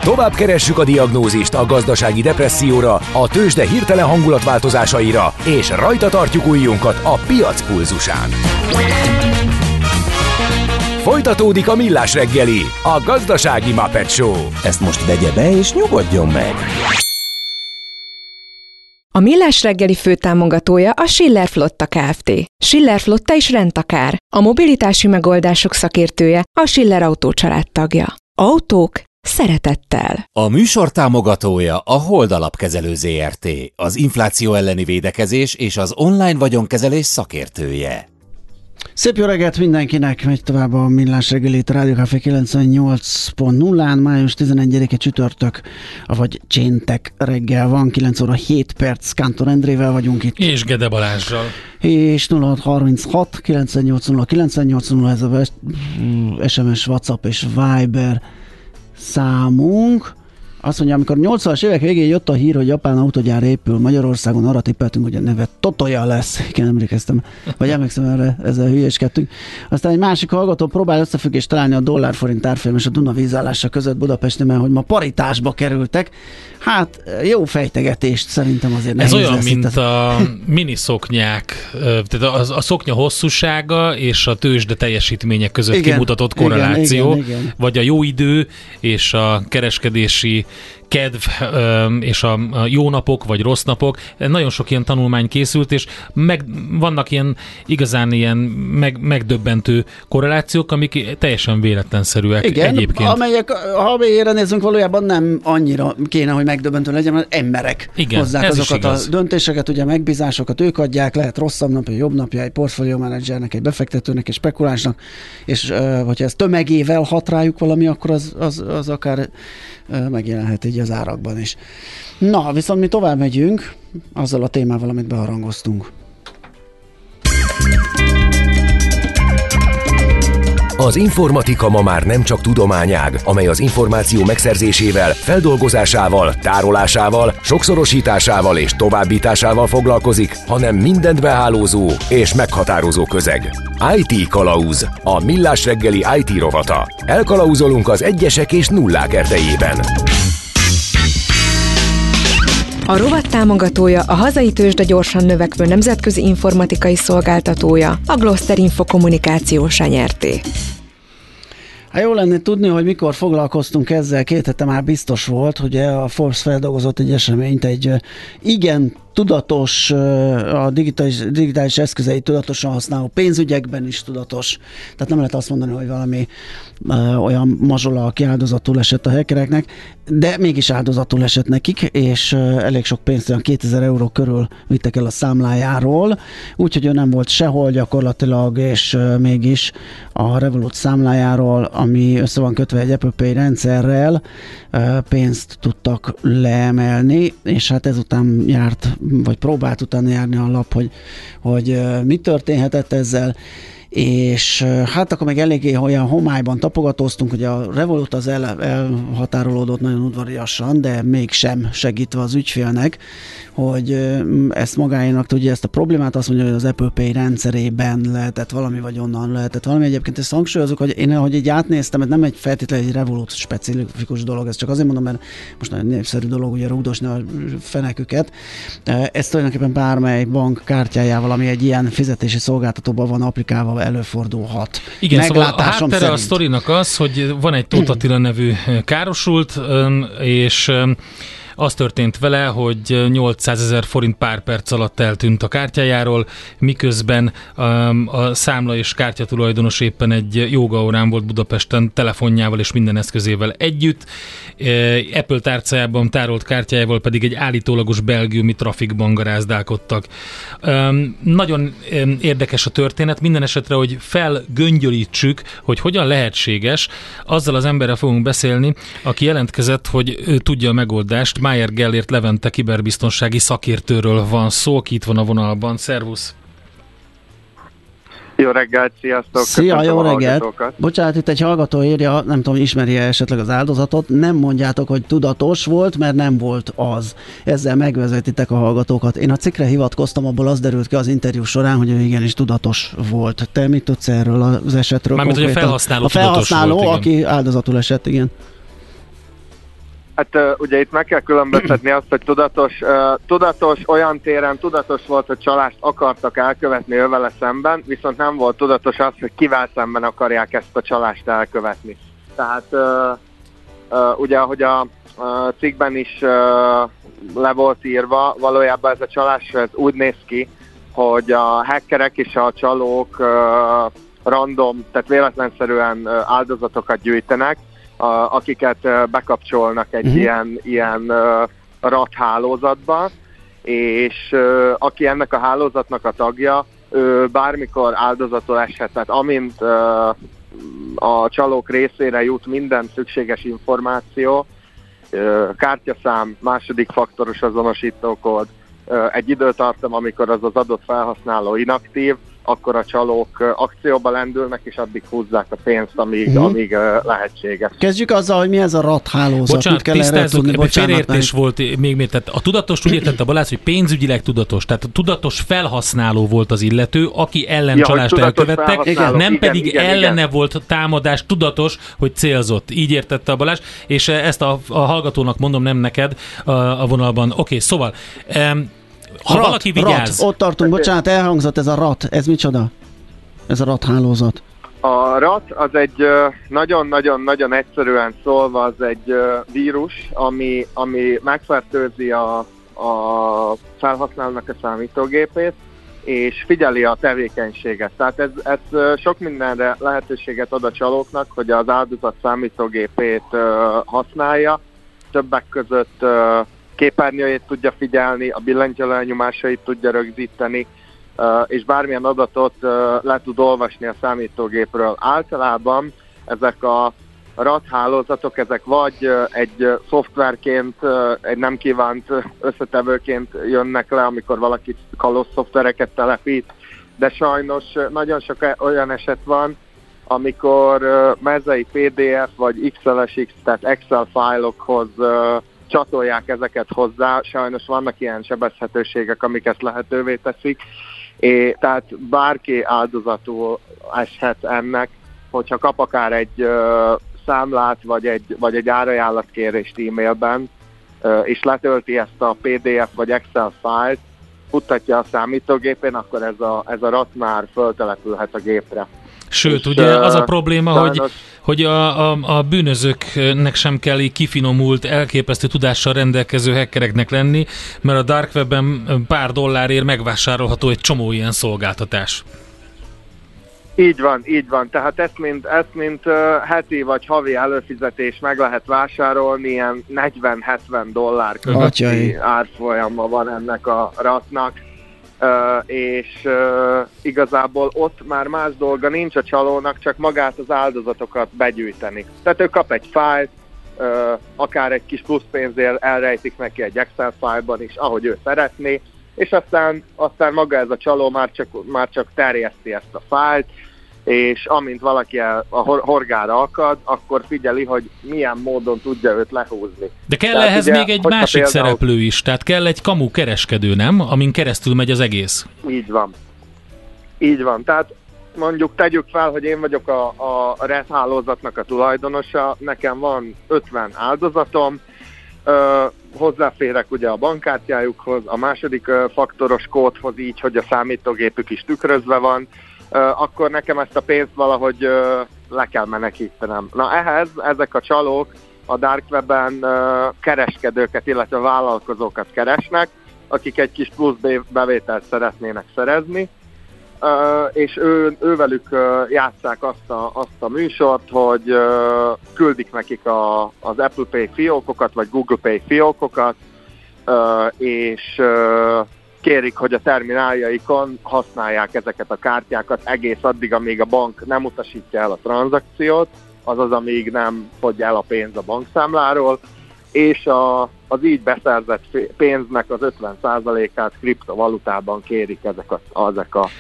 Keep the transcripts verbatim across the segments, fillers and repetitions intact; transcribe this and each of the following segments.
Tovább keressük a diagnózist a gazdasági depresszióra, a tőzsde hirtelen hangulatváltozásaira, és rajta tartjuk ujjunkat a piac pulzusán. Folytatódik a Millás reggeli, a gazdasági Muppet Show. Ezt most vegye be és nyugodjon meg! A Millás reggeli főtámogatója a Schiller Flotta Kft. Schiller Flotta is rendtakár. A mobilitási megoldások szakértője, a Schiller Autó család tagja. Autók szeretettel. A műsor támogatója a Hold Alapkezelő zé er té, az infláció elleni védekezés és az online vagyonkezelés szakértője. Szép jó reggelt mindenkinek, megy tovább a Millás reggeli itt a Rádió Café kilencvennyolc pont nullán, május tizenegyedike csütörtök, avagy cséntek reggel van, kilenc óra hét perc, Kántor Endrével vagyunk itt. És Gede Balázsral. És nulla hat harminchat kilencvennyolc nulla kilencvennyolc nulla, ez a es em es, WhatsApp és Viber számunk. Azt mondja, amikor nyolcvanas évek végén jött a hír, hogy japán autógyár épül Magyarországon, arra tippeltünk, hogy a neve Totoja lesz. Igen, emlékeztem, vagy emlékszem erre, ezzel hülyéskedtünk. Aztán egy másik hallgató próbál összefüggést találni a dollár-forint árfolyam és a Duna vízállása között Budapesten, mert hogy ma paritásba kerültek. Hát jó fejtegetést szerintem azért Ez olyan, lesz mint itt. a miniszoknyák, tehát a, a szoknya hosszúsága és a tőzsde teljesítmények között igen, kimutatott korreláció, igen, igen, igen. vagy a jó idő és a kereskedési kedv és a jó napok vagy rossz napok. Nagyon sok ilyen tanulmány készült, és meg, vannak ilyen igazán ilyen meg, megdöbbentő korrelációk, amik teljesen véletlenszerűek. Igen, egyébként. Amelyek, ha mélyére nézzünk, valójában nem annyira kéne, hogy megdöbbentő legyen, mert emberek igen, hozzák azokat a döntéseket, ugye megbízásokat ők adják, lehet rosszabb napja, jobb napja egy portfólió menedzsernek, egy befektetőnek, egy spekulánsnak, és uh, hogyha ez tömegével hat rájuk valami, akkor az, az, az akár uh, megjelenhet így az árakban is. Na, viszont mi tovább megyünk azzal a témával, amit beharangoztunk. Az informatika ma már nem csak tudományág, amely az információ megszerzésével, feldolgozásával, tárolásával, sokszorosításával és továbbításával foglalkozik, hanem mindent behálózó és meghatározó közeg. í té Kalauz, a Millás reggeli í té rovata. Elkalauzolunk az egyesek és nullák erdejében. A rovat támogatója a hazai tőzsde gyorsan növekvő nemzetközi informatikai szolgáltatója, a Gloster Info Kommunikációs Nyerté. Hát jó lenne tudni, hogy mikor foglalkoztunk ezzel, két hete már biztos volt, hogy a Forbes feldolgozott egy eseményt, egy igen tudatos, a digitális, digitális eszközei tudatosan használó, pénzügyekben is tudatos. Tehát nem lehet azt mondani, hogy valami ö, olyan mazsola, aki áldozatul esett a hackereknek, de mégis áldozatul esett nekik, és ö, elég sok pénzt, olyan kétezer euró körül vittek el a számlájáról, úgyhogy ő nem volt sehol gyakorlatilag, és ö, mégis a Revolut számlájáról, ami össze van kötve egy Apple Pay rendszerrel, ö, pénzt tudtak leemelni, és hát ezután járt vagy próbált utána járni a lap, hogy, hogy mi történhetett ezzel, és hát akkor meg eléggé olyan homályban tapogatóztunk, hogy a Revolut az el, elhatárolódott nagyon udvariasan, de mégsem segítve az ügyfélnek, hogy ezt magáénak tudja ezt a problémát, azt mondja, hogy az Apple Pay rendszerében lehetett valami, vagy onnan lehetett valami. Egyébként ezt hangsúlyozok, hogy én ahogy így átnéztem, ez nem egy feltétlenül egy Revolut specifikus dolog, ez csak azért mondom, mert most nagyon népszerű dolog ugye rúgdosni a feneküket. Ez tulajdonképpen bármely bank kártyájával, ami egy ilyen fizetési szolgáltatóban van applikálva, előfordulhat. Igen, szóval a háttere a sztorinak az, hogy van egy Tóth Attila nevű károsult, és az történt vele, hogy nyolcszázezer forint pár perc alatt eltűnt a kártyájáról, miközben um, a számla és kártya tulajdonos éppen egy jógaórán volt Budapesten telefonjával és minden eszközével együtt. Apple tárcájában tárolt kártyájával pedig egy állítólagos belgiumi trafikban garázdálkodtak. Um, nagyon um, érdekes a történet, minden esetre, hogy felgöngyölítsük, hogy hogyan lehetséges, azzal az emberrel fogunk beszélni, aki jelentkezett, hogy ő tudja a megoldást. Májer Gellért Levente kiberbiztonsági szakértőről van szó, ki itt van a vonalban. Szervusz! Jó reggelt, sziasztok! Szia, jó reggelt! Bocsánat, itt egy hallgató írja, nem tudom, ismeri-e esetleg az áldozatot, nem mondjátok, hogy tudatos volt, mert nem volt az. Ezzel megvezetitek a hallgatókat. Én a cikkre hivatkoztam, abból az derült ki az interjú során, hogy ő igenis tudatos volt. Te mit tudsz erről az esetről? Mármint, hogy a felhasználó A felhasználó, volt, aki áldozatul esett, igen. Hát uh, ugye itt meg kell különböztetni azt, hogy tudatos, uh, tudatos olyan téren tudatos volt, hogy csalást akartak elkövetni ő vele szemben, viszont nem volt tudatos az, hogy kivel szemben akarják ezt a csalást elkövetni. Tehát uh, uh, ugye, ahogy a uh, cikkben is uh, le volt írva, valójában ez a csalás ez úgy néz ki, hogy a hackerek és a csalók uh, random, tehát véletlenszerűen uh, áldozatokat gyűjtenek, A, akiket uh, bekapcsolnak egy uh-huh. ilyen, ilyen uh, rat hálózatba, és uh, aki ennek a hálózatnak a tagja, ő bármikor áldozatul eshet. Tehát amint uh, a csalók részére jut minden szükséges információ, uh, kártyaszám, második faktoros azonosítókód, uh, egy időtartam, amikor az az adott felhasználó inaktív, akkor a csalók akcióba lendülnek, és addig húzzák a pénzt, amíg, uh-huh. amíg uh, lehetséges. Kezdjük azzal, hogy mi ez a rat hálózat. Bocsánat, tisztázzuk, félreértés volt még, még, tehát a tudatos, úgy értette Balázs, hogy pénzügyileg tudatos, tehát tudatos felhasználó volt az illető, aki ellen ja, csalást elkövettek, nem igen, pedig igen, ellene igen. volt támadás, tudatos, hogy célzott. Így értette a Balázs, és ezt a, a hallgatónak mondom, nem neked a, a vonalban. Oké, okay, szóval... Um, Ha rat, valaki vigyáz... Rat, ott tartunk, bocsánat, elhangzott ez a rat. Ez micsoda? Ez a rat hálózat. A rat az egy nagyon-nagyon-nagyon egyszerűen szólva az egy vírus, ami, ami megfertőzi a, a felhasználónak a számítógépét, és figyeli a tevékenységet. Tehát ez, ez sok mindenre lehetőséget ad a csalóknak, hogy az áldozat számítógépét használja. Többek között képernyőjét tudja figyelni, a billentyű elnyomásait tudja rögzíteni, és bármilyen adatot le tud olvasni a számítógépről. Általában ezek a rat hálózatok, ezek vagy egy szoftverként, egy nem kívánt összetevőként jönnek le, amikor valaki kalóz szoftvereket telepít, de sajnos nagyon sok olyan eset van, amikor mezei pé dé ef vagy iksz el es iksz, tehát Excel fájlokhoz csatolják ezeket hozzá, sajnos vannak ilyen sebezhetőségek, amik ezt lehetővé teszik, és tehát bárki áldozatul eshet ennek, hogyha kap akár egy uh, számlát, vagy egy, vagy egy árajánlatkérést e-mailben, uh, és letölti ezt a pé dé ef vagy Excel fájlt, futtatja a számítógépén, akkor ez a, ez a rat már föltelepülhet a gépre. Sőt, és ugye az a probléma, sajnos, hogy, hogy a, a, a bűnözőknek sem kell így kifinomult, elképesztő tudással rendelkező hackereknek lenni, mert a Dark Webben pár dollárért megvásárolható egy csomó ilyen szolgáltatás. Így van, így van. Tehát ezt mint, ezt mint uh, heti vagy havi előfizetés meg lehet vásárolni, ilyen negyven-hetven dollár közötti árfolyama van ennek a ratnak. Uh, és uh, igazából ott már más dolga nincs a csalónak, csak magát az áldozatokat begyűjteni. Tehát ő kap egy fájlt, uh, akár egy kis pluszpénzért elrejtik neki egy Excel fájlban is, ahogy ő szeretné, és aztán, aztán maga ez a csaló már csak, már csak terjeszti ezt a fájlt, és amint valaki a horgára akad, akkor figyeli, hogy milyen módon tudja őt lehúzni. De kell tehát ehhez ugye, még egy másik például... szereplő is, tehát kell egy kamu kereskedő, nem? Amin keresztül megy az egész. Így van. Így van. Tehát mondjuk tegyük fel, hogy én vagyok a, a ret hálózatnak a tulajdonosa, nekem van ötven áldozatom, ö, hozzáférek ugye a bankkártyájukhoz, a második ö, faktoros kódhoz így, hogy a számítógépük is tükrözve van, Uh, akkor nekem ezt a pénzt valahogy uh, le kell menekítenem. Na ehhez ezek a csalók a Dark Webben uh, kereskedőket, illetve vállalkozókat keresnek, akik egy kis plusz bevételt szeretnének szerezni, uh, és ő, ővelük uh, játsszák azt a, azt a műsort, hogy uh, küldik nekik a, az Apple Pay fiókokat, vagy Google Pay fiókokat, uh, és uh, kérik, hogy a termináljaikon használják ezeket a kártyákat egész addig, amíg a bank nem utasítja el a tranzakciót, azaz amíg nem fogy el a pénz a bankszámláról, és a, az így beszerzett pénznek az ötven százalékát kriptovalutában kérik ezek a, ezek a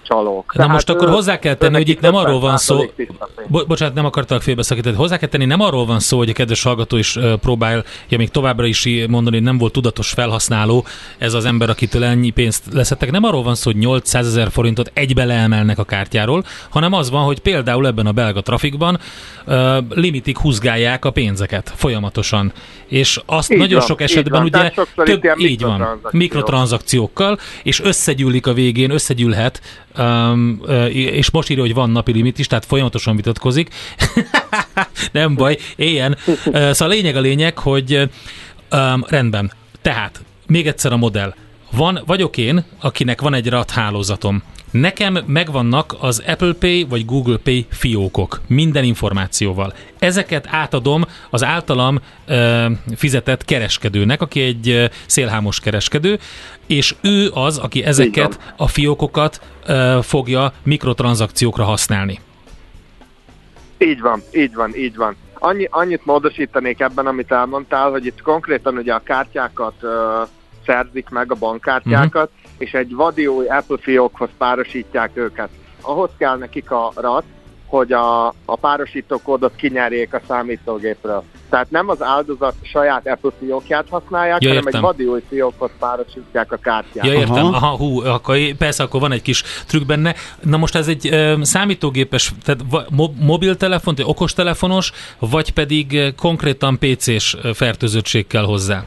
csalók. Na most akkor hozzá kell tenni, hogy itt nem arról van szó, bo- bocsánat, nem akartalak félbeszakítani, hozzá kell tenni, nem arról van szó, hogy a kedves hallgató is uh, próbálja még továbbra is mondani, hogy nem volt tudatos felhasználó ez az ember, akitől ennyi pénzt leszettek. Nem arról van szó, hogy nyolcszázezer forintot egybe leemelnek a kártyáról, hanem az van, hogy például ebben a belga trafikban uh, limitig húzgálják a pénzeket folyamatosan. És azt így nagyon van, sok esetben van, ugye több, így van, mikrotranszakciókkal, és összegyűlik a végén, összegyűlhet, Um, és most írja, hogy van napi limit is, tehát folyamatosan vitatkozik. Nem baj, éljen. Szóval a lényeg a lényeg, hogy um, rendben. Tehát, még egyszer a modell. Van, vagyok én, akinek van egy rat hálózatom. Nekem megvannak az Apple Pay vagy Google Pay fiókok, minden információval. Ezeket átadom az általam ö, fizetett kereskedőnek, aki egy ö, szélhámos kereskedő, és ő az, aki ezeket a fiókokat ö, fogja mikrotranszakciókra használni. Így van, így van, így van. Annyi, annyit módosítanék ebben, amit elmondtál, hogy itt konkrétan ugye a kártyákat ö, szerzik meg, a bankkártyákat, uh-huh. és egy vadi új Apple fiókhoz párosítják őket. Ahhoz kell nekik a rat, hogy a, a párosító kódot kinyerjék a számítógépről. Tehát nem az áldozat saját Apple fiókját használják, ja, hanem egy vadi új fiókhoz párosítják a kártyát. Ja, értem. Aha, Aha hú, akkor, persze, akkor van egy kis trükk benne. Na most ez egy ö, számítógépes, tehát mo- mobiltelefon, vagy okostelefonos, vagy pedig konkrétan pé cés fertőzöttség kell hozzá?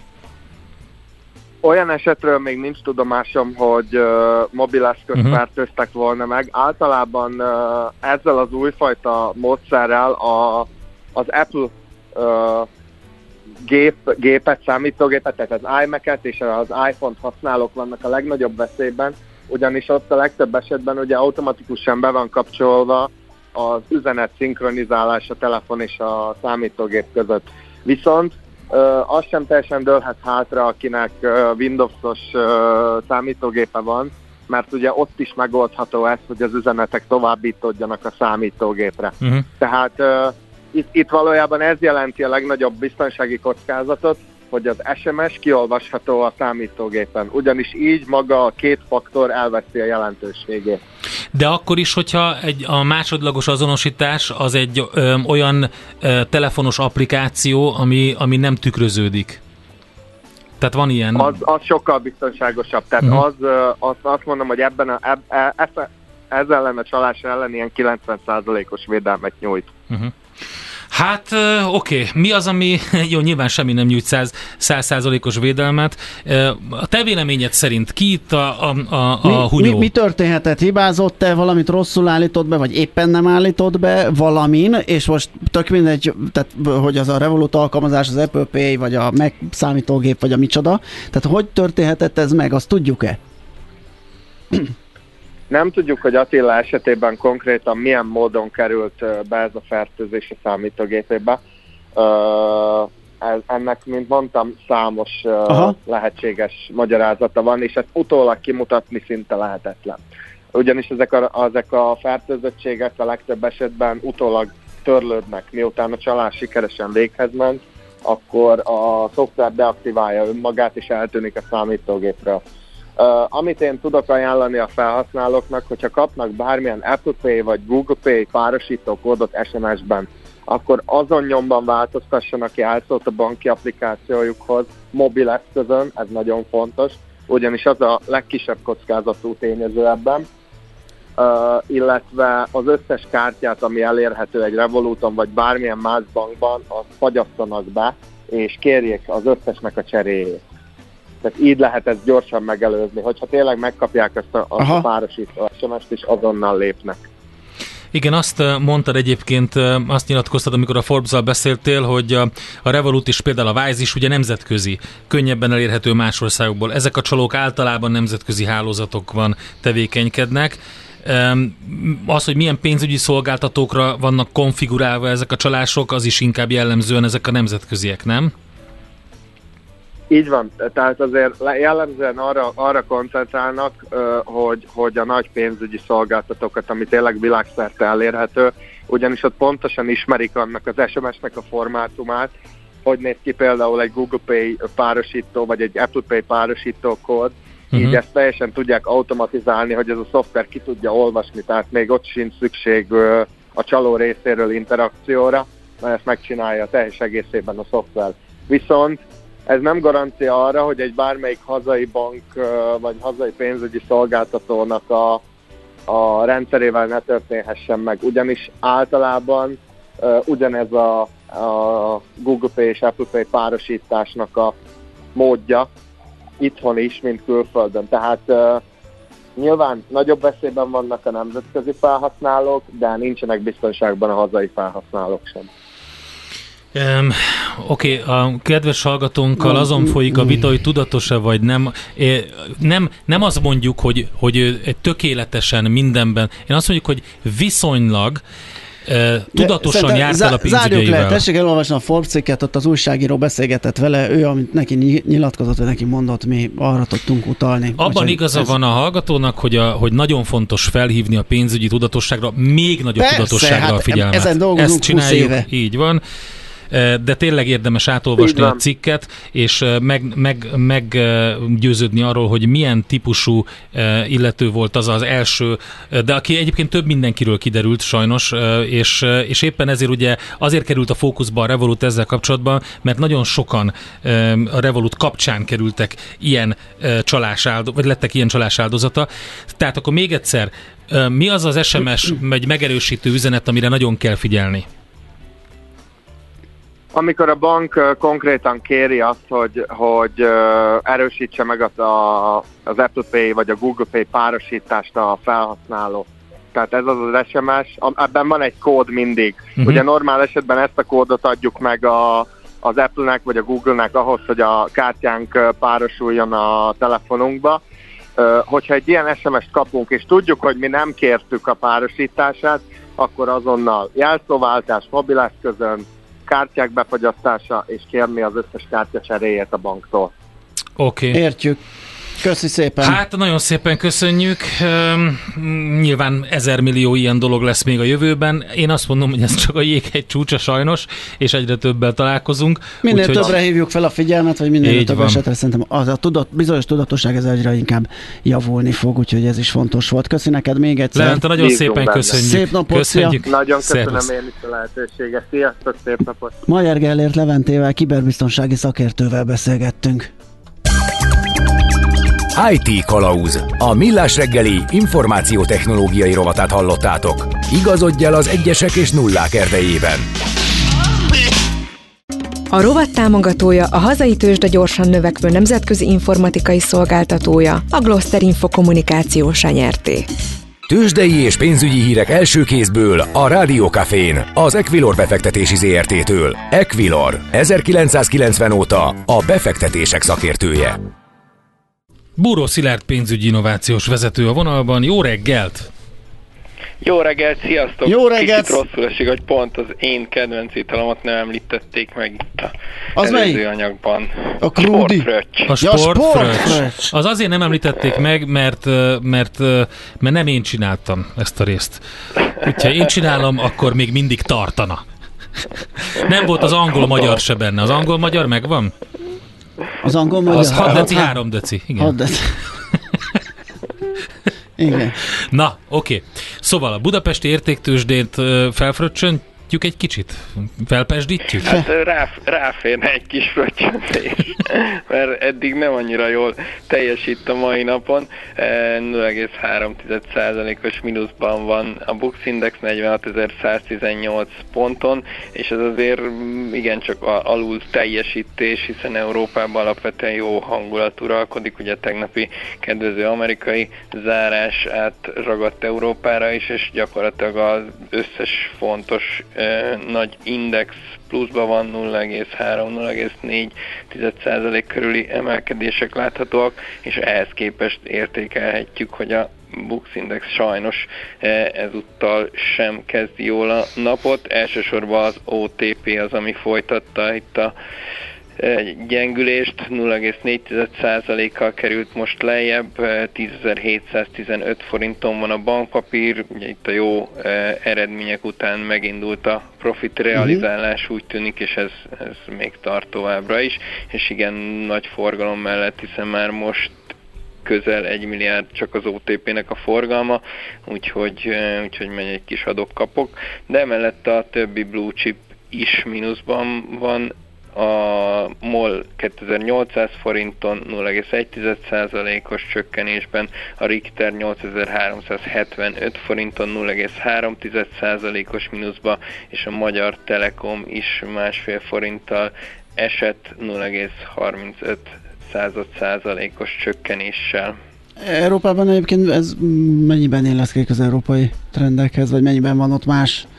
Olyan esetről még nincs tudomásom, hogy uh, mobileszközt uh-huh. fertőztek volna meg. Általában uh, ezzel az újfajta módszerrel a, az Apple uh, gép, gépet, számítógépet, tehát az iMac-et és az iPhone-t használók vannak a legnagyobb veszélyben, ugyanis ott a legtöbb esetben ugye automatikusan be van kapcsolva az üzenet szinkronizálás a telefon és a számítógép között. Viszont Uh, az sem teljesen dőlhet hátra, akinek uh, Windowsos uh, számítógépe van, mert ugye ott is megoldható ez, hogy az üzenetek továbbítódjanak a számítógépre. Uh-huh. Tehát uh, itt, itt valójában ez jelenti a legnagyobb biztonsági kockázatot, hogy az es em es kiolvasható a számítógépen, ugyanis így maga a két faktor elveszi a jelentőségét. De akkor is, hogyha egy, a másodlagos azonosítás az egy ö, olyan ö, telefonos applikáció, ami, ami nem tükröződik. Tehát van ilyen... Az, az sokkal biztonságosabb. Tehát uh-huh. az, az, azt mondom, hogy ebben a, eb, e, e, ez ellen a csalás ellen ilyen kilencven százalékos védelmet nyújt. Uh-huh. Hát oké, okay. Mi az, ami, jó, nyilván semmi nem nyújt száz százalékos védelmet. A te véleményed szerint ki itt a, a, a, a mi, hunyó? Mi, mi történhetett? Hibázott-e, valamit rosszul állított be, vagy éppen nem állított be valamin, és most tök mindegy, tehát, hogy az a Revolut alkalmazás, az Apple Pay, vagy a Mac számítógép, vagy a micsoda. Tehát hogy történhetett ez meg, azt tudjuk-e? Nem tudjuk, hogy Attila esetében konkrétan milyen módon került be ez a fertőzés a számítógépébe. Ennek, mint mondtam, számos Aha. lehetséges magyarázata van, és ezt utólag kimutatni szinte lehetetlen. Ugyanis ezek a, ezek a fertőzöttségek a legtöbb esetben utólag törlődnek. Miután a csalás sikeresen véghez ment, akkor a szoftver deaktiválja önmagát, és eltűnik a számítógépről. Uh, amit én tudok ajánlani a felhasználóknak, hogyha kapnak bármilyen Apple Pay vagy Google Pay párosító kódot es em es-ben, akkor azon nyomban változtassanak ki átszót a banki applikációjukhoz mobileszközön, ez nagyon fontos, ugyanis az a legkisebb kockázatú tényező ebben, uh, illetve az összes kártyát, ami elérhető egy Revoluton vagy bármilyen más bankban, azt fagyasszanak be, és kérjék az összesnek a cseréjét. Tehát így lehet ezt gyorsan megelőzni, hogyha tényleg megkapják ezt a, a párosító es em es-t, és azonnal lépnek. Igen, azt mondtad egyébként, azt nyilatkoztad, amikor a Forbes-zal beszéltél, hogy a, a Revolut is, például a Wise is ugye nemzetközi, könnyebben elérhető más országokból. Ezek a csalók általában nemzetközi hálózatokban tevékenykednek. Az, hogy milyen pénzügyi szolgáltatókra vannak konfigurálva ezek a csalások, az is inkább jellemzően ezek a nemzetköziek, nem? Így van, tehát azért jellemzően arra, arra koncentrálnak, hogy, hogy a nagy pénzügyi szolgáltatókat, ami tényleg világszerte elérhető, ugyanis ott pontosan ismerik annak az es em es-nek a formátumát, hogy néz ki például egy Google Pay párosító, vagy egy Apple Pay párosító kód, uh-huh. így ezt teljesen tudják automatizálni, hogy ez a szoftver ki tudja olvasni, tehát még ott sincs szükség a csaló részéről interakcióra, mert ezt megcsinálja teljes egészében a szoftver. Viszont ez nem garancia arra, hogy egy bármelyik hazai bank vagy hazai pénzügyi szolgáltatónak a, a rendszerével ne történhessen meg, ugyanis általában uh, ugyanez a, a Google Pay és Apple Pay párosításnak a módja itthon is, mint külföldön. Tehát uh, nyilván nagyobb veszélyben vannak a nemzetközi felhasználók, de nincsenek biztonságban a hazai felhasználók sem. Um, Oké, okay, a kedves hallgatónkkal azon folyik a vita, hogy tudatos-e vagy nem. Nem, nem azt mondjuk, hogy, hogy tökéletesen mindenben. Én azt mondjuk, hogy viszonylag uh, tudatosan járt el a pénzügyeivel. Zárjuk le, tessék elolvasni a Forbes cikket, ott az újságíró beszélgetett vele, ő, amit neki nyilatkozott, vagy neki mondott, mi arra tudtunk utalni. Abban úgy, igaza ez... van a hallgatónak, hogy, a, hogy nagyon fontos felhívni a pénzügyi tudatosságra, még nagyobb Persze, tudatosságra hát a figyelmet. Ezen dolgozunk Ezt csináljuk, húsz éve. Így van. De tényleg érdemes átolvasni a cikket, és meg, meg, meggyőződni arról, hogy milyen típusú illető volt az az első, de aki egyébként több mindenkiről kiderült sajnos, és, és éppen ezért ugye azért került a fókuszba a Revolut ezzel kapcsolatban, mert nagyon sokan a Revolut kapcsán kerültek ilyen csalás áldozata, vagy lettek ilyen csalás áldozata. Tehát akkor még egyszer, mi az az es em es, egy megerősítő üzenet, amire nagyon kell figyelni? Amikor a bank konkrétan kéri azt, hogy, hogy erősítse meg az, a, az Apple Pay vagy a Google Pay párosítást a felhasználó. Tehát ez az az es em es, ebben van egy kód mindig. Uh-huh. Ugye normál esetben ezt a kódot adjuk meg a, az Apple-nek vagy a Google-nek ahhoz, hogy a kártyánk párosuljon a telefonunkba. Hogyha egy ilyen es em est kapunk, és tudjuk, hogy mi nem kértük a párosítását, akkor azonnal jelszóváltás mobileszközön, kártyák befagyasztása, és kérni az összes kártya cseréjét a banktól. Oké. Okay. Értjük. Köszi szépen. Hát nagyon szépen köszönjük. Um, nyilván ezer millió ilyen dolog lesz még a jövőben. Én azt mondom, hogy ez csak a jéghegy csúcsa sajnos, és egyre többel találkozunk. Minél úgy, többre hogy... hívjuk fel a figyelmet, vagy minél több esetre szerintem az a tudat, bizonyos tudatosság ez egyre inkább javulni fog, úgyhogy ez is fontos volt. Köszi neked még egyszer. Levente, nagyon Bízunk szépen benne. Köszönjük. Szép napot, köszönjük. Nagyon köszönöm Szervusz. Én is a lehetőséget. Sziasztok, szép napot. Magyar Gellért Leventével, kiberbiztonsági szakértővel beszélgettünk. í té Kalauz. A Millás reggeli információtechnológiai rovatát hallottátok. Igazodj el az egyesek és nullák erdejében. A rovat támogatója a hazai tőzsde gyorsan növekvő nemzetközi informatikai szolgáltatója, a Gloster Info Kommunikációs Nyerté. Tőzsdei és pénzügyi hírek első kézből a Rádió Cafén, az Equilor befektetési zé er té-től. Equilor, ezerkilencszázkilencven óta a befektetések szakértője. Búró Szilárd pénzügyi innovációs vezető a vonalban. Jó reggelt! Jó reggelt, sziasztok! Jó reggelt! Kicsit rosszul esik, hogy pont az én kedvenc italomat nem említették meg itt a az előző melyik? anyagban. A krúdi? A sportfröccs. Az azért nem említették meg, mert, mert, mert nem én csináltam ezt a részt. Hogyha én csinálom, akkor még mindig tartana. Nem volt az angol-magyar se benne. Az angol-magyar megvan? Az angol-magyar? Az hat deci, három deci. Igen. hat deci. Igen. Na, oké. Okay. Szóval a budapesti értéktőzsdét felfröccsöntjük egy kicsit? Felpesdítjük? Hát rá, ráférne egy kis fröccsöntés, mert eddig nem annyira jól teljesít a mai napon. nulla egész három százalékos mínuszban van a Bux Index negyvenhatezer-száztizennyolc ponton, és ez azért igencsak alul teljesítés, hiszen Európában alapvetően jó hangulat uralkodik, ugye a tegnapi kedvező amerikai zárás átragadt Európára is, és gyakorlatilag az összes fontos eh, nagy index pluszban van, nulla egész három - nulla egész négy százalék körüli emelkedések láthatóak, és ehhez képest értékelhetjük, hogy a Bux Index sajnos ezúttal sem kezdi jól a napot. Elsősorban az o té pé az, ami folytatta itt a gyengülést, nulla egész négy százalékkal került most lejjebb, tízezer-hétszáztizenöt forinton van a bankpapír, ugye itt a jó eredmények után megindult a profit realizálás, úgy tűnik, és ez, ez még tart továbbra is, és igen, nagy forgalom mellett, hiszen már most közel egy milliárd csak az o té pé-nek a forgalma, úgyhogy, úgyhogy megy egy kis adok-kapok, de emellett a többi blue chip is mínuszban van, a MOL kétezer-nyolcszáz forinton nulla egész egy százalékos csökkenésben, a Richter nyolcezer-háromszázhetvenöt forinton nulla egész három százalékos mínuszba, és a Magyar Telekom is másfél forinttal esett nulla egész harmincöt százalékos csökkenéssel. Európában egyébként ez mennyiben illeszkedik az európai trendekhez, vagy mennyiben van ott más?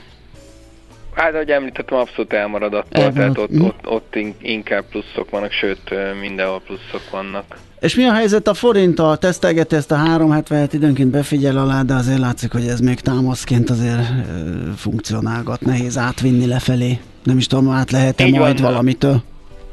Hát, ahogy említettem, abszolút elmarad attól, Elmarad. tehát ott, ott, ott inkább pluszok vannak, sőt, mindenhol pluszok vannak. És mi a helyzet a forinttal? Tesztelgeti ezt a három hetvenhet, időnként befigyel alá, de azért látszik, hogy ez még támaszként azért e, funkcionálgat, nehéz átvinni lefelé. Nem is tudom, át lehet-e Így majd van. valamitől?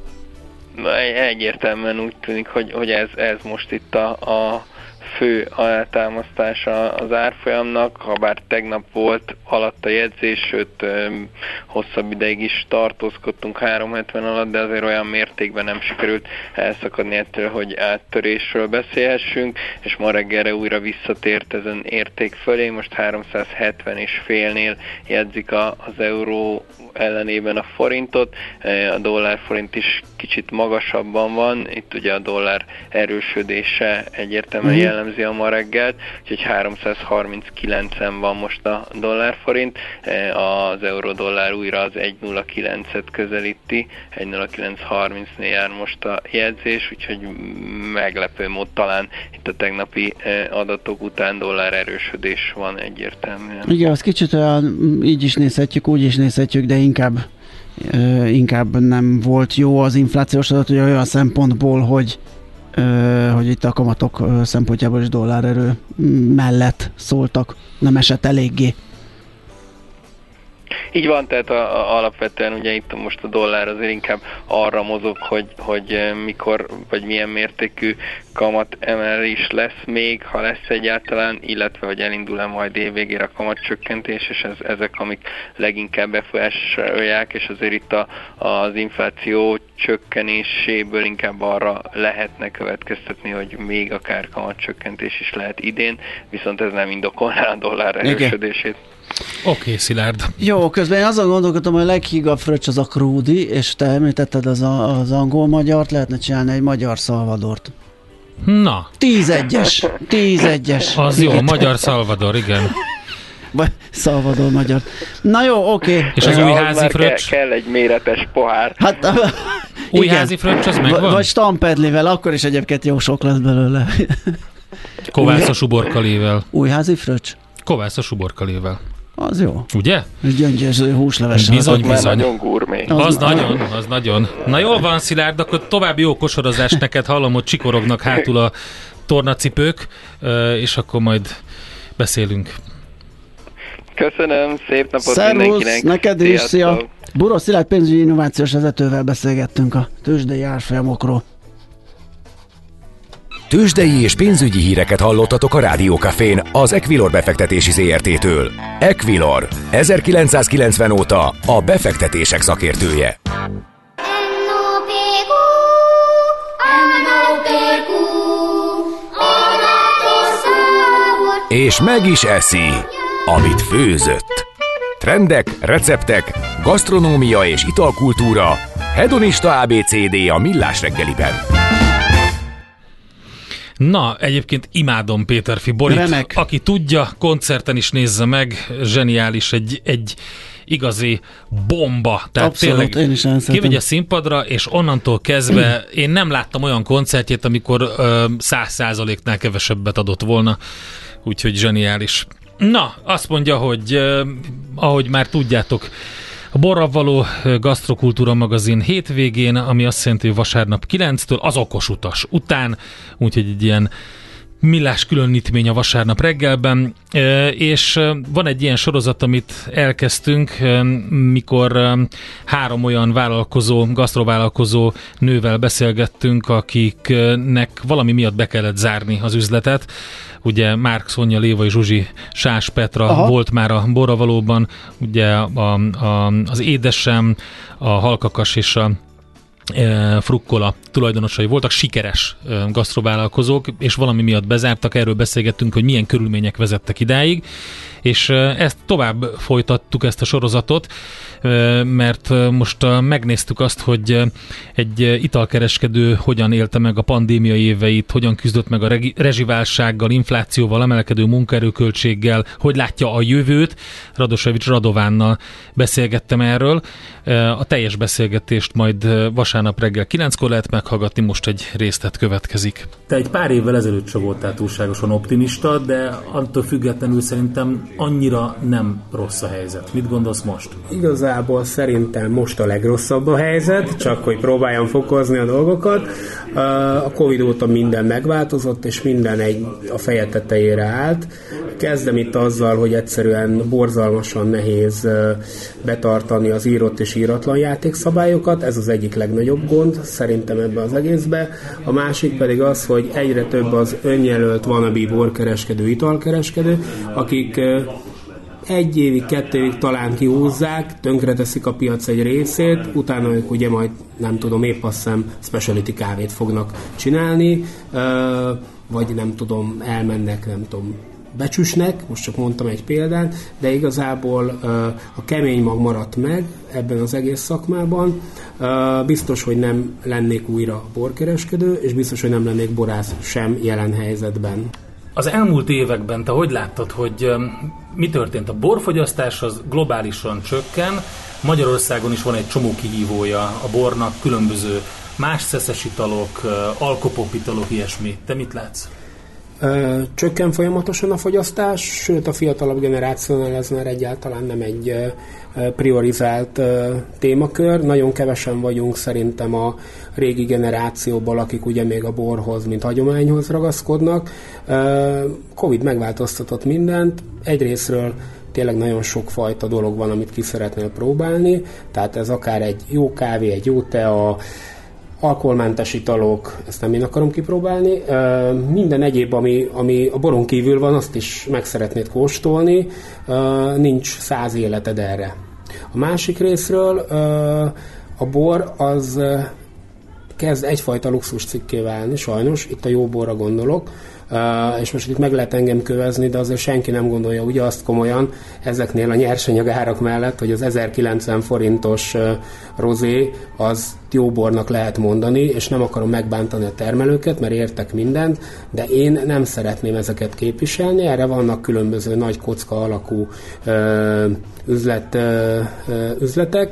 Egyértelműen úgy tűnik, hogy, hogy ez, ez most itt a, a fő alátámasztása az árfolyamnak, ha bár tegnap volt alatt a jegyzés, sőt hosszabb ideig is tartózkodtunk három hetven alatt, de azért olyan mértékben nem sikerült elszakadni ettől, hogy áttörésről beszélhessünk, és ma reggelre újra visszatért ezen érték fölé, most háromszázhetven és félnél jegyzik a, az euró ellenében a forintot, a dollár forint is kicsit magasabban van, itt ugye a dollár erősödése egyértelműen mm. jellemzi a ma reggelt, úgyhogy háromszázharminckilencen van most a dollár forint, az euró-dollár újra az egy nulla kilencet közelíti, egy nulla kilenc harmincnél jár most a jegyzés, úgyhogy meglepő mód talán itt a tegnapi adatok után dollár erősödés van egyértelműen. Igen, az kicsit olyan, így is nézhetjük, úgy is nézhetjük, de inkább, uh, inkább nem volt jó az inflációs adat, ugye olyan szempontból, hogy, uh, hogy itt a kamatok szempontjából is dollárerő mellett szóltak, nem esett eléggé. Így van, tehát a, a, alapvetően ugye itt most a dollár azért inkább arra mozog, hogy, hogy mikor vagy milyen mértékű kamat emelés lesz még, ha lesz egyáltalán, illetve hogy elindul-e majd évvégére a kamatcsökkentés, és ez, ezek, amik leginkább befolyásolják, és azért itt a, az infláció csökkenéséből inkább arra lehetne következtetni, hogy még akár kamatcsökkentés is lehet idén, viszont ez nem indokolná a dollár erősödését. Oké, okay, Szilárd. Jó, közben én azon gondolkodtam, hogy a leghigabb fröccs az a krúdi, és te említetted az, a, az angol-magyart, lehetne csinálni egy magyar Salvadort. Na. tíz egyes. tíz egyes. Az jó, magyar Salvador, igen. Vagy Salvador magyar. Na jó, oké. Okay. És az új házi fröccs? Kell, kell egy méretes pohár. Hát, új házi fröccs, az megvan? V- vagy stampedlivel, akkor is egyébként jó sok lesz belőle. Kovászos uborkalével. Új házi fröccs? Kovászos uborkalével. Az jó. Ugye? És gyöngyöző húsleves. Bizony, bizony. Nagyon gurmé. Az, az nagyon, az nagyon. Na jól van, Szilárd, akkor további jó kosarazást neked, hallom, hogy csikorognak hátul a tornacipők, és akkor majd beszélünk. Köszönöm, szép napot Szervusz, mindenkinek. Neked is, szia. Buró Szilárd pénzügyi innovációs vezetővel beszélgettünk a tőzsdei árfolyamokról. Tőzsdei és pénzügyi híreket hallottatok a Rádiókafén az Equilor befektetési zé er té-től. Equilor, ezerkilencszázkilencven óta a befektetések szakértője. És meg is eszi, amit főzött. Trendek, receptek, gasztronómia és italkultúra, hedonista á bé cé dé a Millás reggeliben. Na, egyébként imádom Péterfi Borit. Remek. Aki tudja, koncerten is nézze meg, zseniális, egy, egy igazi bomba. Tehát abszolút, tényleg én is elszedtem. Kimegy a színpadra, és onnantól kezdve én nem láttam olyan koncertjét, amikor száz százaléknál kevesebbet adott volna, úgyhogy zseniális. Na, azt mondja, hogy eh, ahogy már tudjátok, a Borral való gasztrokultúra magazin hétvégén, ami azt jelenti, hogy vasárnap kilenctől, az okos utas után, úgyhogy egy ilyen millás különítmény a vasárnap reggelben, és van egy ilyen sorozat, amit elkezdtünk, mikor három olyan vállalkozó, gasztrovállalkozó nővel beszélgettünk, akiknek valami miatt be kellett zárni az üzletet. Ugye Márk, Szonya, Lévai, Zsuzsi, Sás, Petra Aha. volt már a Borravalóban, ugye a, a, az Édesem, a Halkakas és a Frukkola tulajdonosai voltak, sikeres gasztrovállalkozók, és valami miatt bezártak, erről beszélgettünk, hogy milyen körülmények vezettek idáig, és ezt tovább folytattuk, ezt a sorozatot, mert most megnéztük azt, hogy egy italkereskedő hogyan élte meg a pandémia éveit, hogyan küzdött meg a rezsiválsággal, inflációval, emelkedő munkaerőköltséggel, hogy látja a jövőt. Radosevics Radovánnal beszélgettem erről. A teljes beszélgetést majd vasárnap reggel kilenckor lehet meghallgatni, most egy részlet következik. Te egy pár évvel ezelőtt sem voltál túlságosan optimista, de attól függetlenül szerintem annyira nem rossz a helyzet. Mit gondolsz most? Igazából szerintem most a legrosszabb a helyzet, csak hogy próbáljam fokozni a dolgokat. A Covid óta minden megváltozott, és minden egy a feje tetejére állt. Kezdem itt azzal, hogy egyszerűen borzalmasan nehéz betartani az írott és íratlan játékszabályokat. Ez az egyik legnagyobb gond szerintem ebben az egészben. A másik pedig az, hogy egyre több az önjelölt wannabe borkereskedő, italkereskedő, akik egy évig, kettő évig talán kihúzzák, tönkreteszik a piac egy részét, utána ők ugye majd, nem tudom, épp azt hiszem specialty kávét fognak csinálni, vagy nem tudom, elmennek, nem tudom, becsüsnek, most csak mondtam egy példát, de igazából a kemény mag maradt meg ebben az egész szakmában. Biztos, hogy nem lennék újra borkereskedő, és biztos, hogy nem lennék borász sem jelen helyzetben. Az elmúlt években te hogy láttad, hogy mi történt? A borfogyasztás az globálisan csökken, Magyarországon is van egy csomó kihívója a bornak, különböző más szeszes italok, alkopop italok, ilyesmi. Te mit látsz? Csökken folyamatosan a fogyasztás, sőt a fiatalabb generációnál ez már egyáltalán nem egy priorizált témakör. Nagyon kevesen vagyunk szerintem a régi generációból, akik ugye még a borhoz, mint hagyományhoz ragaszkodnak. Covid megváltoztatott mindent. Egyrészről tényleg nagyon sokfajta dolog van, amit ki szeretnél próbálni, tehát ez akár egy jó kávé, egy jó tea, alkoholmentes italok, ezt nem én akarom kipróbálni. Minden egyéb, ami, ami a boron kívül van, azt is meg szeretnéd kóstolni, nincs száz életed erre. A másik részről a bor az kezd egyfajta luxus cikké válni, sajnos, itt a jó borra gondolok, Uh, és most itt meg lehet engem kövezni, de azért senki nem gondolja ugye azt komolyan ezeknél a nyersanyagárak mellett, hogy az ezerkilencven forintos uh, rozé az jó bornak lehet mondani, és nem akarom megbántani a termelőket, mert értek mindent, de én nem szeretném ezeket képviselni, erre vannak különböző nagy kocka alakú uh, üzlet, uh, uh, üzletek.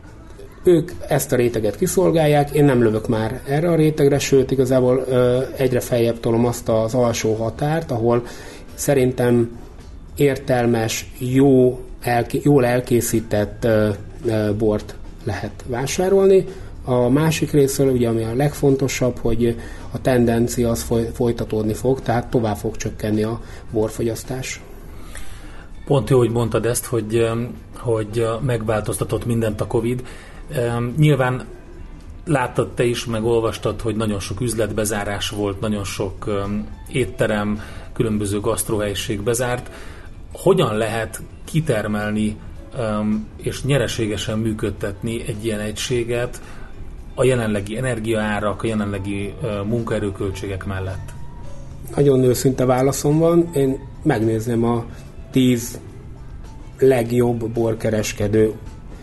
Ők ezt a réteget kiszolgálják, én nem lövök már erre a rétegre, sőt igazából ö, egyre feljebb tolom azt az alsó határt, ahol szerintem értelmes, jó, elké, jól elkészített ö, ö, bort lehet vásárolni. A másik részről, ugye, ami a legfontosabb, hogy a tendencia az foly, folytatódni fog, tehát tovább fog csökkenni a borfogyasztás. Pont jó, hogy mondtad ezt, hogy, hogy megváltoztatott mindent a Covid. Nyilván láttad te is, meg olvastad, hogy nagyon sok üzletbezárás volt, nagyon sok um, étterem, különböző gasztrohelység bezárt. Hogyan lehet kitermelni um, és nyereségesen működtetni egy ilyen egységet a jelenlegi energiaárak, a jelenlegi uh, munkaerőköltségek mellett? Nagyon őszinte válaszom van. Én megnézném a tíz legjobb borkereskedő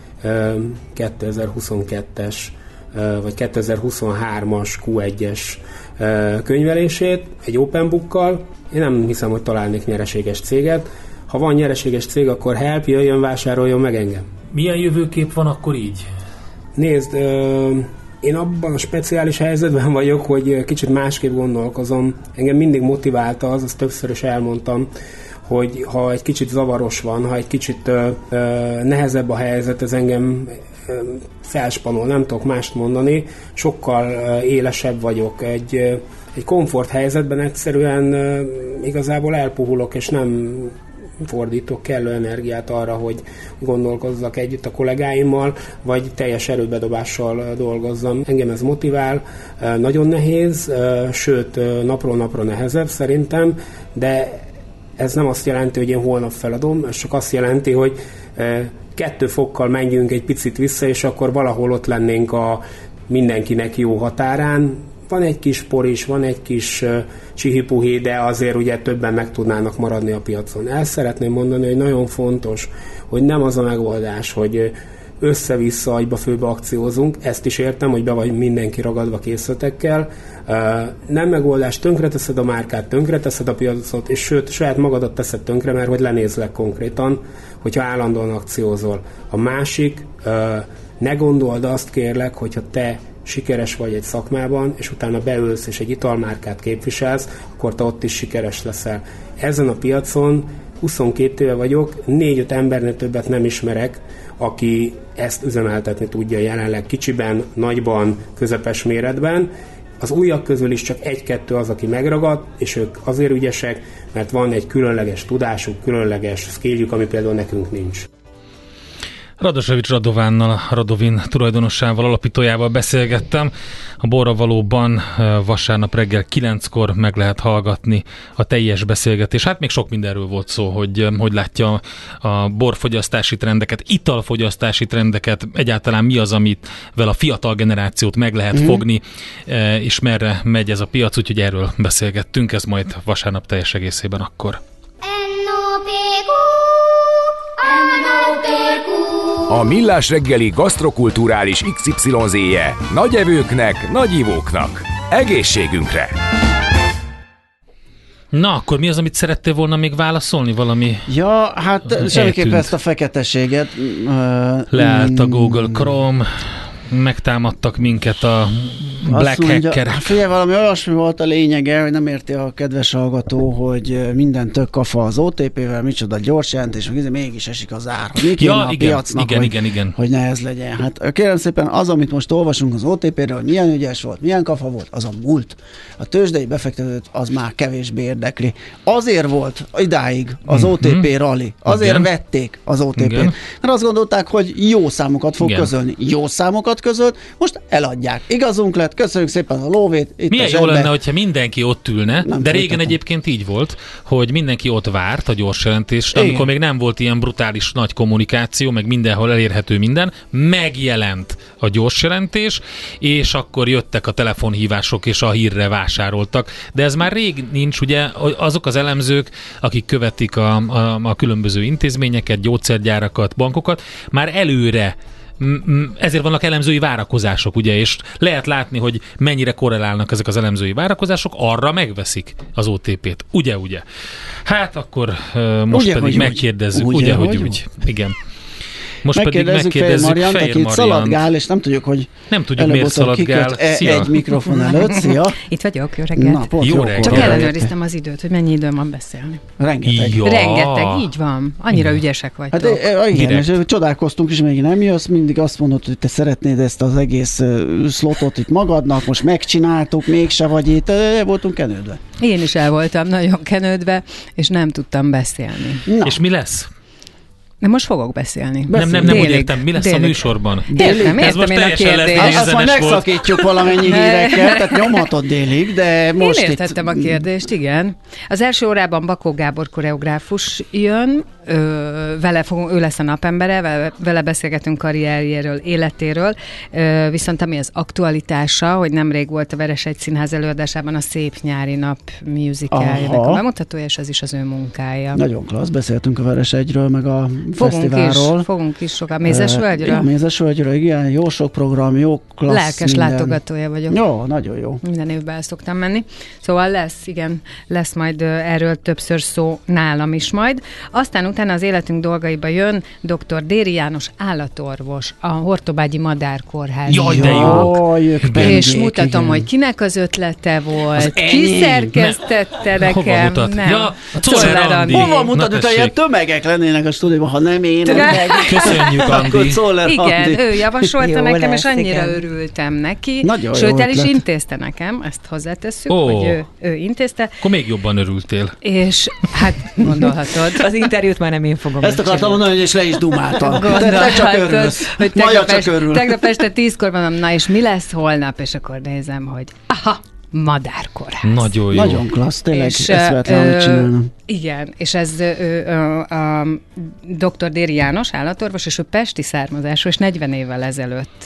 kétezer-huszonkettes vagy kétezer-huszonhármas kú egyes könyvelését egy open bookkal. Én nem hiszem, hogy találnék nyereséges céget. Ha van nyereséges cég, akkor help, jöjjön, vásároljon meg engem. Milyen jövőkép van akkor így? Nézd, én abban a speciális helyzetben vagyok, hogy kicsit másképp gondolkozom. Engem mindig motiválta az, azt többször is elmondtam, hogy ha egy kicsit zavaros van, ha egy kicsit ö, ö, nehezebb a helyzet, ez engem ö, felspanol, nem tudok mást mondani, sokkal ö, élesebb vagyok. Egy, ö, egy komfort helyzetben egyszerűen ö, igazából elpuhulok, és nem fordítok kellő energiát arra, hogy gondolkozzak együtt a kollégáimmal, vagy teljes erőbedobással dolgozzam. Engem ez motivál, nagyon nehéz, sőt napról napra nehezebb szerintem, de ez nem azt jelenti, hogy én holnap feladom, ez csak azt jelenti, hogy kettő fokkal menjünk egy picit vissza, és akkor valahol ott lennénk a mindenkinek jó határán. Van egy kis por is, van egy kis uh, csihipuhi, de azért ugye többen meg tudnának maradni a piacon. El szeretném mondani, hogy nagyon fontos, hogy nem az a megoldás, hogy össze-vissza agyba-főbe akciózunk, ezt is értem, hogy be vagy mindenki ragadva készletekkel. Uh, nem megoldás, tönkreteszed a márkát, tönkreteszed a piacot, és sőt, saját magadat teszed tönkre, mert hogy lenézlek konkrétan, hogyha állandóan akciózol. A másik, uh, ne gondold azt, kérlek, hogyha te sikeres vagy egy szakmában, és utána beülsz és egy italmárkát képviselsz, akkor te ott is sikeres leszel. Ezen a piacon huszonkét éve vagyok, négy-öt embernél többet nem ismerek, aki ezt üzemeltetni tudja jelenleg kicsiben, nagyban, közepes méretben. Az újak közül is csak egy-kettő az, aki megragad, és ők azért ügyesek, mert van egy különleges tudásuk, különleges skilljük, ami például nekünk nincs. Radosevics Radovánnal, Radovin tulajdonossával, alapítójával beszélgettem. A Borravalóban vasárnap reggel kilenckor meg lehet hallgatni a teljes beszélgetés. Hát még sok mindenről volt szó, hogy hogy látja a borfogyasztási trendeket, italfogyasztási trendeket, egyáltalán mi az, amit vel a fiatal generációt meg lehet mm. fogni, és merre megy ez a piac, úgyhogy erről beszélgettünk, ez majd vasárnap teljes egészében akkor. A Millás reggeli gasztrokulturális iksz ipszilon zé-je nagy evőknek, nagy ivóknak. Egészségünkre! Na, akkor mi az, amit szerettél volna még válaszolni? Valami Ja, hát semmiképpen ezt a feketeséget. Uh, Leállt a Google Chrome, megtámadtak minket a black hackerek. Figyelj, valami olyasmi volt a lényege, hogy nem érti a kedves hallgató, hogy minden tök kafa az o té pé-vel, micsoda gyors jelentés, meg mégis esik az ár. Hogy mi ja, a igen, piacnak, igen, hogy, igen, igen. hogy ne ez legyen. Hát kérem szépen, az, amit most olvasunk az o té pé-ről, hogy milyen ügyes volt, milyen kafa volt, az a múlt. A tőzsdei befektetőt az már kevésbé érdekli. Azért volt idáig az o té pé rally, azért igen. vették az o té pét. Igen. Mert azt gondolták, hogy jó számokat fog igen. közölni. Jó számokat közölt, most eladják. Igazunk lett, köszönjük szépen a lóvét. Itt milyen jó zsebbe. Lenne, hogyha mindenki ott ülne, nem de régen folytatom. Egyébként így volt, hogy mindenki ott várt a gyors jelentést, amikor még nem volt ilyen brutális nagy kommunikáció, meg mindenhol elérhető minden, megjelent a gyors jelentés, és akkor jöttek a telefonhívások, és a hírre vásároltak. De ez már rég nincs, ugye azok az elemzők, akik követik a, a, a különböző intézményeket, gyógyszergyárakat, bankokat, már előre ezért vannak elemzői várakozások, ugye, és lehet látni, hogy mennyire korrelálnak ezek az elemzői várakozások, arra megveszik az o té pét. Ugye, ugye? Hát akkor uh, most ugye, pedig megkérdezzük. Ugye, ugye, hogy, hogy úgy. Igen. Most megkérdezzük pedig megkérdezzük Fehér Mariant, aki itt szaladgál, és nem tudjuk, hogy nem tudjuk, miért szaladgál. E- egy mikrofon előtt. Szia! Itt vagyok, jó reggelt. Na, jó, jó reggelt. Csak ellenőriztem az időt, hogy mennyi időm van beszélni. Rengeteg. Ja. Rengeteg, így van. Annyira ja. ügyesek vagytok. Hát e, igen, és csodálkoztunk is, még nem jössz, mindig azt mondod, hogy te szeretnéd ezt az egész uh, slotot itt magadnak, most megcsináltuk, mégse vagy itt, el voltunk kenődve. Én is el voltam nagyon kenődve, és nem tudtam beszélni. Na. És mi lesz? De most fogok beszélni. Nem, nem, nem úgy értem. Mi lesz délig. A műsorban? Értem, értem Ez most én a kérdést. Azt majd megszakítjuk valamennyi hírekkel, tehát nyomhatod délig, de most én értettem itt... a kérdést, igen. Az első órában Bakó Gábor koreográfus jön, ö, vele fogunk, ő lesz a napembere, vele, vele beszélgetünk karrierjéről, életéről, ö, viszont ami az aktualitása, hogy nemrég volt a Veresegy Színház előadásában a Szép nyári nap musicaljának a bemutatója, és ez is az ő munkája. Nagyon klassz, beszéltünk a Veresegyről, meg a fogunk fesztiválról. Is, fogunk is sokan. Mézesvölgyről? Uh, Mézesvölgyről, igen, jó sok program, jó klassz. Lelkes minden. Látogatója vagyok. Jó, nagyon jó. Minden évben el szoktam menni. Szóval lesz, igen, lesz majd erről többször szó nálam is majd. Aztán utána az életünk dolgaiba jön doktor Déri János állatorvos, a Hortobágyi Madárkórház. Jaj, de jó! És mutatom, igen. hogy kinek az ötlete volt, ki szerkesztette nekem. Hova mutat? Nem. Ja, Czoller Andi. Hova mutat, hogy ilyen tömegek lennének a stúdióban, ha nem én. Köszönjük, Andi. Igen, ő javasolta nekem, és annyira örültem neki. Nagyon sőt, el is intézte nekem, ezt hozzátesszük, oh. hogy ő, ő intézte. Akkor még jobban örültél. És hát gondolhatod. Az interjút már nem én fogom. Ezt akartam mondani, hogy és le is dumáltam. Te csak örülsz. Hogy tegnap, csak örül. tegnap este tízkor mondom, na és mi lesz holnap? És akkor nézem, hogy aha, Madárkórház. Nagyon jó. Nagyon klassz, tényleg eszvetlen, hogy csinálnom. Igen, és ez ö, ö, a doktor Déri János állatorvos, és ő pesti származású, és negyven évvel ezelőtt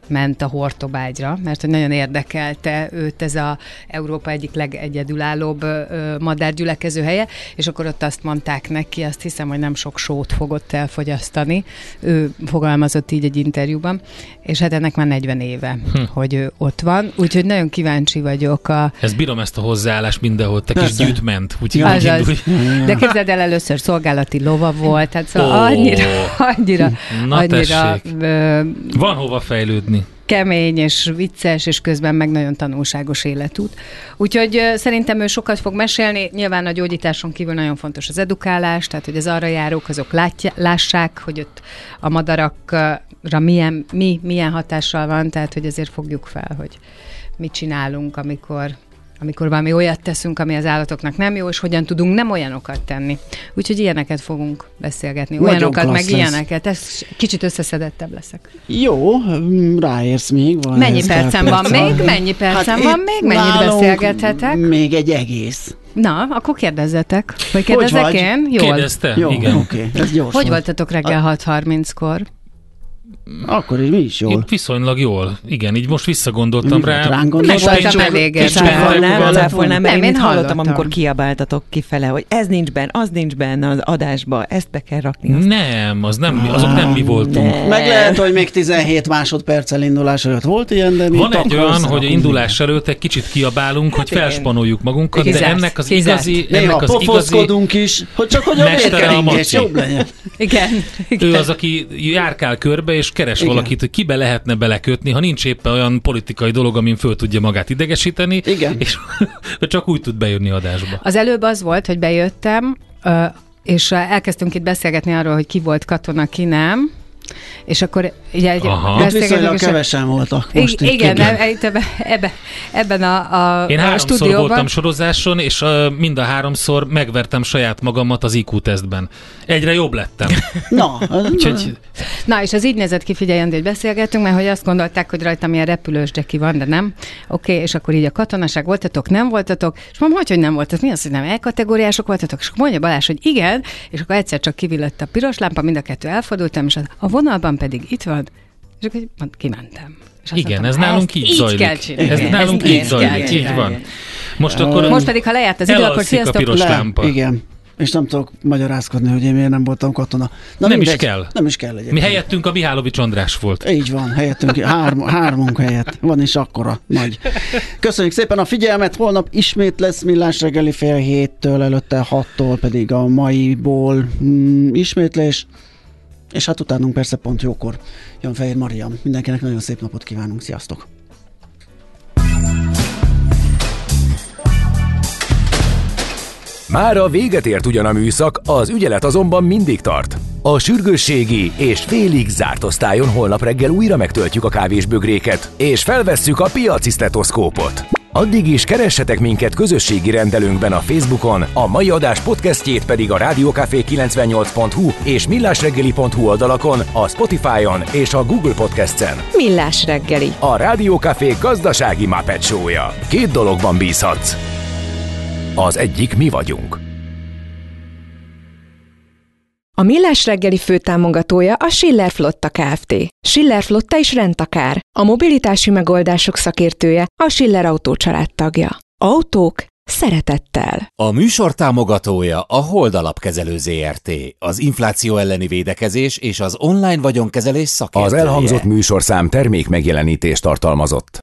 ment a Hortobágyra, mert hogy nagyon érdekelte őt ez a Európa egyik legegyedülállóbb ö, madárgyülekező helye, és akkor ott azt mondták neki, azt hiszem, hogy nem sok sót fogott elfogyasztani. Ő fogalmazott így egy interjúban, és hát ennek már negyven éve, hm. hogy ő ott van, úgyhogy nagyon kíváncsi vagyok a... Ezt bírom, ezt a hozzáállást mindenhol, te kis gyűjtment, úgyhogy az. De képzeld el, először szolgálati lova volt, tehát szóval oh. annyira, annyira, Na annyira... Ö, van hova fejlődni. Kemény és vicces, és közben meg nagyon tanulságos életút. Úgyhogy uh, szerintem ő sokat fog mesélni. Nyilván a gyógyításon kívül nagyon fontos az edukálás, tehát hogy az arra járók, azok látja, lássák, hogy ott a madarakra milyen, mi, milyen hatással van, tehát hogy azért fogjuk fel, hogy mit csinálunk, amikor... amikor valami olyat teszünk, ami az állatoknak nem jó, és hogyan tudunk nem olyanokat tenni. Úgyhogy ilyeneket fogunk beszélgetni. Olyanokat, meg lesz. Ilyeneket. Ez kicsit összeszedettebb leszek. Jó, ráérsz még. Mennyi percem van még? Mennyi percem hát van még? Mennyit beszélgethetek? Még egy egész. Na, akkor kérdezzetek. Vagy kérdezzek hogy én? Jól. Kérdezte? Jó, igen. Okay. Ez gyors. Hogy voltatok reggel hat harminckor? Akkor is mi is jól. Én viszonylag jól. Igen, így most visszagondoltam mi rá. Nem voltam elég. Nem, mert én hallottam, amikor kiabáltatok kifele, hogy ez nincs benne, az nincs benne az adásba, ezt be kell rakni. Azt. Nem, az nem, azok nem mi voltunk. Ne. Meg lehet, hogy még tizenhét másodperccel indulás előtt volt ilyen, de mi van egy olyan, hogy a indulás előtt egy kicsit kiabálunk, hát hogy felspanoljuk magunkat, Kizárt. de ennek az Kizárt. igazi, ennek az igazi is, hogy csak hogy a vérkeringés jobb legyen. Igen. Ő az, aki járkál körbe, és keres Igen. valakit, hogy kibe lehetne belekötni, ha nincs éppen olyan politikai dolog, amin föl tudja magát idegesíteni, Igen. és csak úgy tud bejönni adásba. Az előbb az volt, hogy bejöttem, és elkezdtünk itt beszélgetni arról, hogy ki volt katona, ki nem, és akkor ugye egy viszonylag kevesen voltak. Most igen, ebben, ebben, ebben a, a Én a háromszor stúdióban. voltam sorozáson, és uh, mind a háromszor megvertem saját magamat az í kú tesztben. Egyre jobb lettem. Na, Úgyhogy... Na, és az így nézett ki, figyelj, Andi, hogy beszélgetünk, mert hogy azt gondolták, hogy rajtam ilyen repülős dzseki van, de nem. Oké, okay, és akkor így a katonaság voltatok, nem voltatok, és mondom, hogy, hogy nem voltatok, mi az, hogy nem E-kategóriások voltatok, és akkor mondja Balázs, hogy igen, és akkor egyszer csak kivillott a piros lámpa, mind a kettő elfordultam, és a vonalban pedig itt van, és akkor kimentem. Igen, mondtam, ez nálunk így zajlik. Ez nálunk így zajlik, így van. Most akkor Most pedig, ha lejárt az idő, akkor sziasztok. a piros lámpa. Igen. És nem tudok magyarázkodni, hogy én miért nem voltam katona. Na, nem mindegy, is kell. Nem is kell egyébként. Mi helyettünk a Mihálovics András volt. Így van, helyettünk, hárm, hármunk helyett. Van is akkora nagy. Köszönjük szépen a figyelmet, holnap ismét lesz Millás reggeli fél héttől, előtte hattól pedig a maiból mm, ismétlés. És hát utánunk persze pont jókor jön Fehér Maria. Mindenkinek nagyon szép napot kívánunk. Sziasztok! Mára véget ért ugyan a műszak, az ügyelet azonban mindig tart. A sürgősségi és félig zárt osztályon holnap reggel újra megtöltjük a kávésbögréket, és felvesszük a piaci sztetoszkópot. Addig is keressetek minket közösségi rendelőnkben a Facebookon, a mai adás podcastjét pedig a rádiókafé kilencvennyolc pont hu és millásreggeli pont hu oldalakon, a Spotify-on és a Google Podcast-en. Millás reggeli. A Rádiókafé gazdasági Muppet Show-ja. Két dologban bízhatsz. Az egyik mi vagyunk. A Millás reggeli főtámogatója a Schiller Flotta Kft. Schiller Flotta is rendtakár. A mobilitási megoldások szakértője, a Schiller Autó család tagja. Autók szeretettel. A műsor támogatója a Hold Alapkezelő zé er té, az infláció elleni védekezés és az online vagyonkezelés szakértője. Az elhangzott műsorszám termék megjelenítést tartalmazott.